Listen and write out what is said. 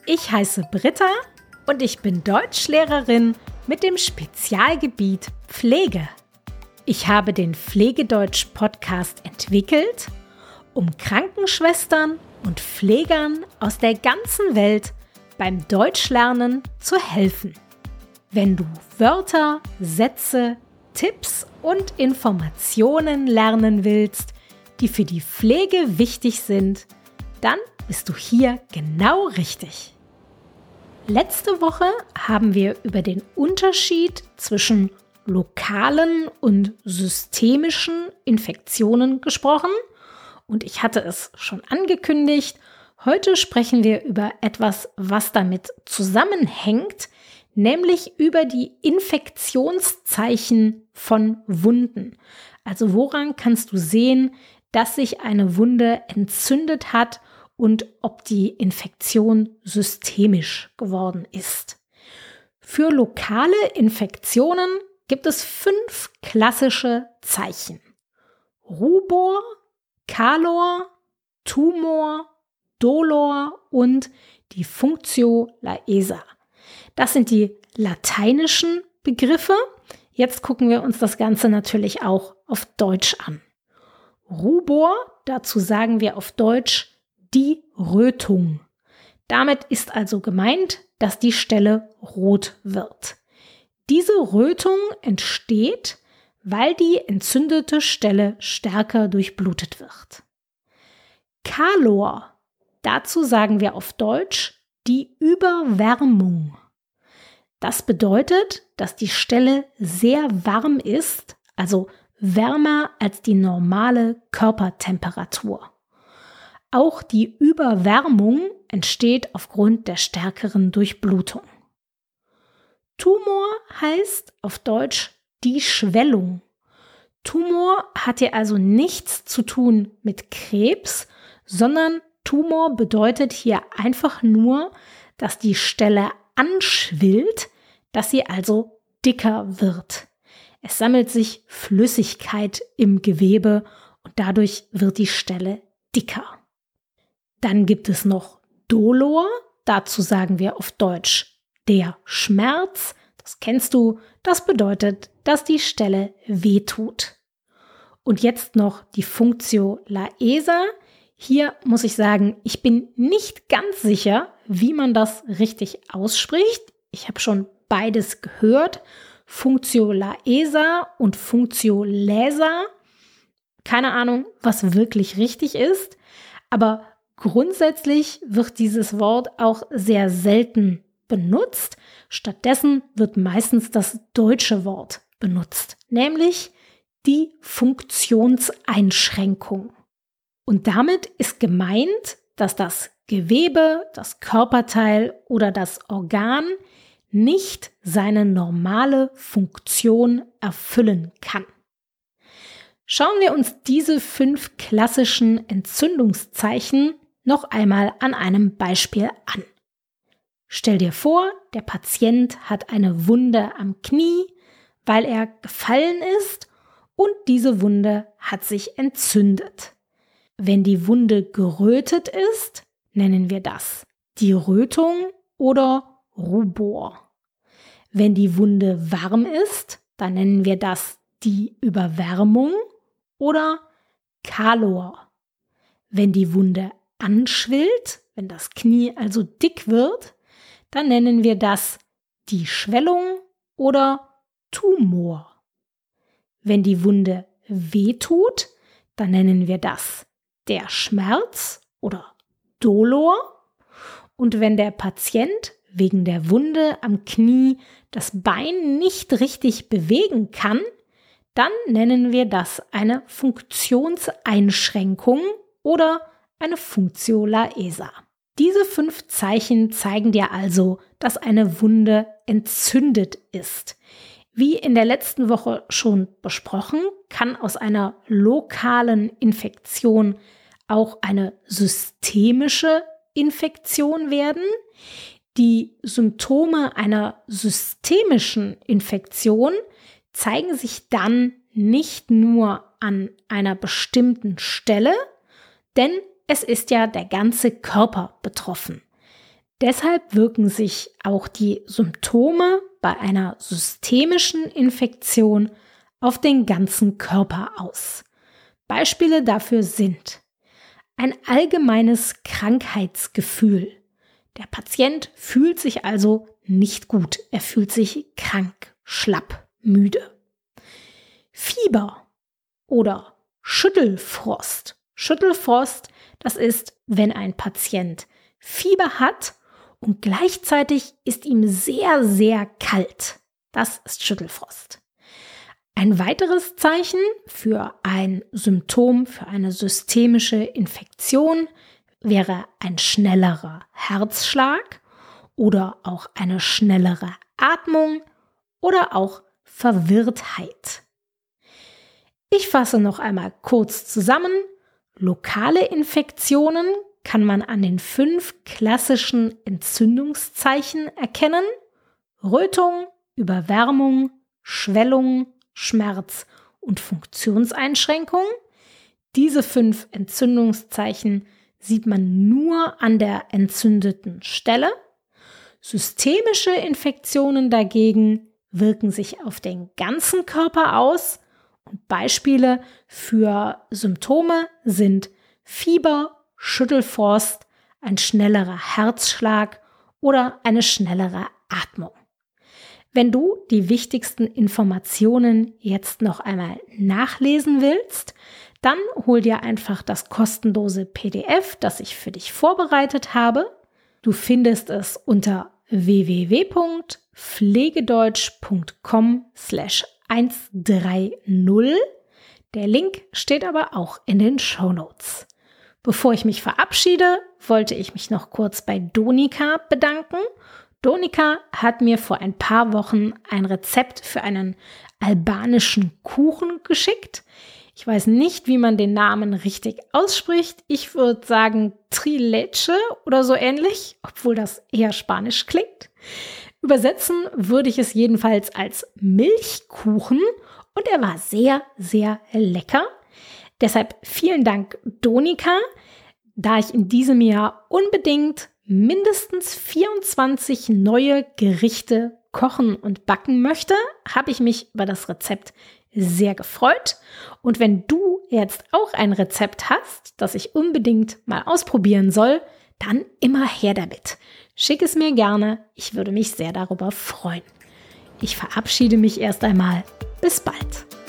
Ich heiße Britta und ich bin Deutschlehrerin mit dem Spezialgebiet Pflege. Ich habe den Pflegedeutsch-Podcast entwickelt, um Krankenschwestern und Pflegern aus der ganzen Welt beim Deutschlernen zu helfen. Wenn du Wörter, Sätze, Tipps und Informationen lernen willst, die für die Pflege wichtig sind, dann bist du hier genau richtig. Letzte Woche haben wir über den Unterschied zwischen lokalen und systemischen Infektionen gesprochen und ich hatte es schon angekündigt. Heute sprechen wir über etwas, was damit zusammenhängt, nämlich über die Infektionszeichen von Wunden. Also woran kannst du sehen, dass sich eine Wunde entzündet hat und ob die Infektion systemisch geworden ist. Für lokale Infektionen gibt es 5 klassische Zeichen: Rubor, Calor, Tumor, Dolor und die Functio Laesa. Das sind die lateinischen Begriffe. Jetzt gucken wir uns das Ganze natürlich auch auf Deutsch an. Rubor, dazu sagen wir auf Deutsch die Rötung. Damit ist also gemeint, dass die Stelle rot wird. Diese Rötung entsteht, weil die entzündete Stelle stärker durchblutet wird. Calor, dazu sagen wir auf Deutsch die Überwärmung. Das bedeutet, dass die Stelle sehr warm ist, also wärmer als die normale Körpertemperatur. Auch die Überwärmung entsteht aufgrund der stärkeren Durchblutung. Tumor heißt auf Deutsch die Schwellung. Tumor hat hier also nichts zu tun mit Krebs, sondern Tumor bedeutet hier einfach nur, dass die Stelle anschwillt, dass sie also dicker wird. Es sammelt sich Flüssigkeit im Gewebe und dadurch wird die Stelle dicker. Dann gibt es noch Dolor, dazu sagen wir auf Deutsch der Schmerz. Das kennst du, das bedeutet, dass die Stelle wehtut. Und jetzt noch die Functio Laesa. Hier muss ich sagen, ich bin nicht ganz sicher, wie man das richtig ausspricht. Ich habe schon beides gehört. Functio Laesa und Functio Laesa. Keine Ahnung, was wirklich richtig ist, aber grundsätzlich wird dieses Wort auch sehr selten benutzt. Stattdessen wird meistens das deutsche Wort benutzt, nämlich die Funktionseinschränkung. Und damit ist gemeint, dass das Gewebe, das Körperteil oder das Organ nicht seine normale Funktion erfüllen kann. Schauen wir uns diese 5 klassischen Entzündungszeichen noch einmal an einem Beispiel an. Stell dir vor, der Patient hat eine Wunde am Knie, weil er gefallen ist und diese Wunde hat sich entzündet. Wenn die Wunde gerötet ist, nennen wir das die Rötung oder Rubor. Wenn die Wunde warm ist, dann nennen wir das die Überwärmung oder Calor. Wenn die Wunde anschwillt, wenn das Knie also dick wird, dann nennen wir das die Schwellung oder Tumor. Wenn die Wunde wehtut, dann nennen wir das der Schmerz oder Dolor. Und wenn der Patient wegen der Wunde am Knie das Bein nicht richtig bewegen kann, dann nennen wir das eine Funktionseinschränkung oder eine Functio Laesa. Diese 5 Zeichen zeigen dir also, dass eine Wunde entzündet ist. Wie in der letzten Woche schon besprochen, kann aus einer lokalen Infektion auch eine systemische Infektion werden. Die Symptome einer systemischen Infektion zeigen sich dann nicht nur an einer bestimmten Stelle, denn es ist ja der ganze Körper betroffen. Deshalb wirken sich auch die Symptome bei einer systemischen Infektion auf den ganzen Körper aus. Beispiele dafür sind ein allgemeines Krankheitsgefühl. Der Patient fühlt sich also nicht gut. Er fühlt sich krank, schlapp, müde. Fieber oder Schüttelfrost. Schüttelfrost, das ist, wenn ein Patient Fieber hat und gleichzeitig ist ihm sehr, sehr kalt. Das ist Schüttelfrost. Ein weiteres Zeichen für ein Symptom, für eine systemische Infektion wäre ein schnellerer Herzschlag oder auch eine schnellere Atmung oder auch Verwirrtheit. Ich fasse noch einmal kurz zusammen. Lokale Infektionen kann man an den 5 klassischen Entzündungszeichen erkennen: Rötung, Überwärmung, Schwellung, Schmerz und Funktionseinschränkung. Diese 5 Entzündungszeichen sieht man nur an der entzündeten Stelle. Systemische Infektionen dagegen wirken sich auf den ganzen Körper aus und Beispiele für Symptome sind Fieber, Schüttelfrost, ein schnellerer Herzschlag oder eine schnellere Atmung. Wenn du die wichtigsten Informationen jetzt noch einmal nachlesen willst, dann hol dir einfach das kostenlose PDF, das ich für dich vorbereitet habe. Du findest es unter www.pflegedeutsch.com/130. Der Link steht aber auch in den Shownotes. Bevor ich mich verabschiede, wollte ich mich noch kurz bei Donika bedanken. Donika hat mir vor ein paar Wochen ein Rezept für einen albanischen Kuchen geschickt. Ich weiß nicht, wie man den Namen richtig ausspricht. Ich würde sagen Trileche oder so ähnlich, obwohl das eher spanisch klingt. Übersetzen würde ich es jedenfalls als Milchkuchen und er war sehr, sehr lecker. Deshalb vielen Dank, Donika. Da ich in diesem Jahr unbedingt mindestens 24 neue Gerichte kochen und backen möchte, habe ich mich über das Rezept sehr gefreut. Und wenn du jetzt auch ein Rezept hast, das ich unbedingt mal ausprobieren soll, dann immer her damit. Schick es mir gerne, ich würde mich sehr darüber freuen. Ich verabschiede mich erst einmal. Bis bald.